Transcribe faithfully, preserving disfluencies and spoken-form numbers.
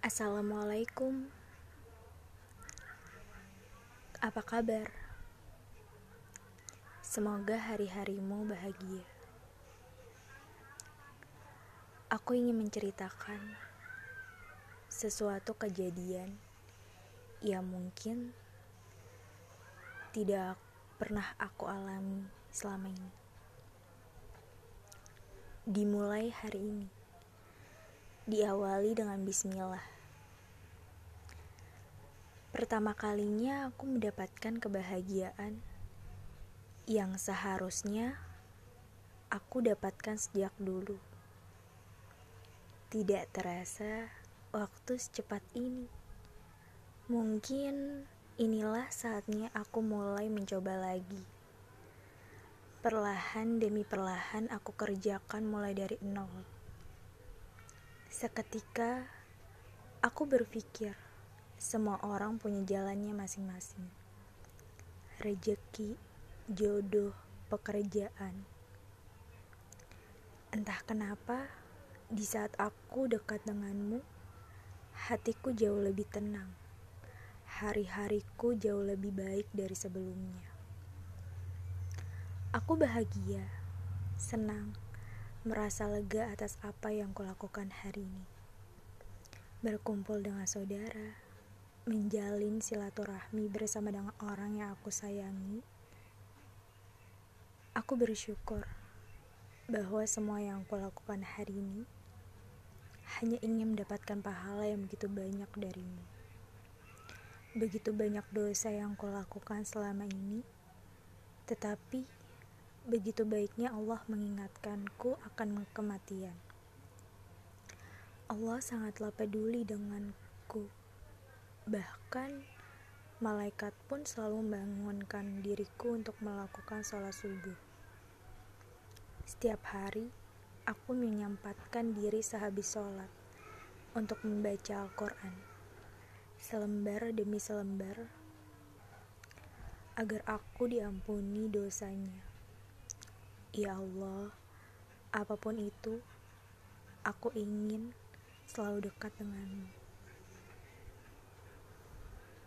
Assalamualaikum, apa kabar? Semoga hari-harimu bahagia. Aku ingin menceritakan sesuatu kejadian yang mungkin tidak pernah aku alami selama ini. Dimulai hari ini, diawali dengan bismillah. Pertama kalinya aku mendapatkan kebahagiaan yang seharusnya aku dapatkan sejak dulu. Tidak terasa waktu secepat ini. Mungkin inilah saatnya aku mulai mencoba lagi. Perlahan demi perlahan aku kerjakan mulai dari nol. Seketika aku berpikir semua orang punya jalannya masing-masing. Rezeki, jodoh, pekerjaan. Entah kenapa, di saat aku dekat denganmu, hatiku jauh lebih tenang. Hari-hariku jauh lebih baik dari sebelumnya. Aku bahagia, senang, merasa lega atas apa yang kulakukan hari ini. Berkumpul dengan saudara, menjalin silaturahmi bersama dengan orang yang aku sayangi. Aku bersyukur bahwa semua yang kulakukan hari ini hanya ingin mendapatkan pahala yang begitu banyak darimu. Begitu banyak dosa yang kulakukan selama ini, tetapi begitu baiknya Allah mengingatkanku akan kematian. Allah sangatlah peduli denganku. Bahkan malaikat pun selalu membangunkan diriku untuk melakukan sholat subuh. Setiap hari, aku menyempatkan diri sehabis sholat untuk membaca Al-Quran, selembar demi selembar, agar aku diampuni dosanya. Ya Allah, apapun itu, aku ingin selalu dekat denganmu.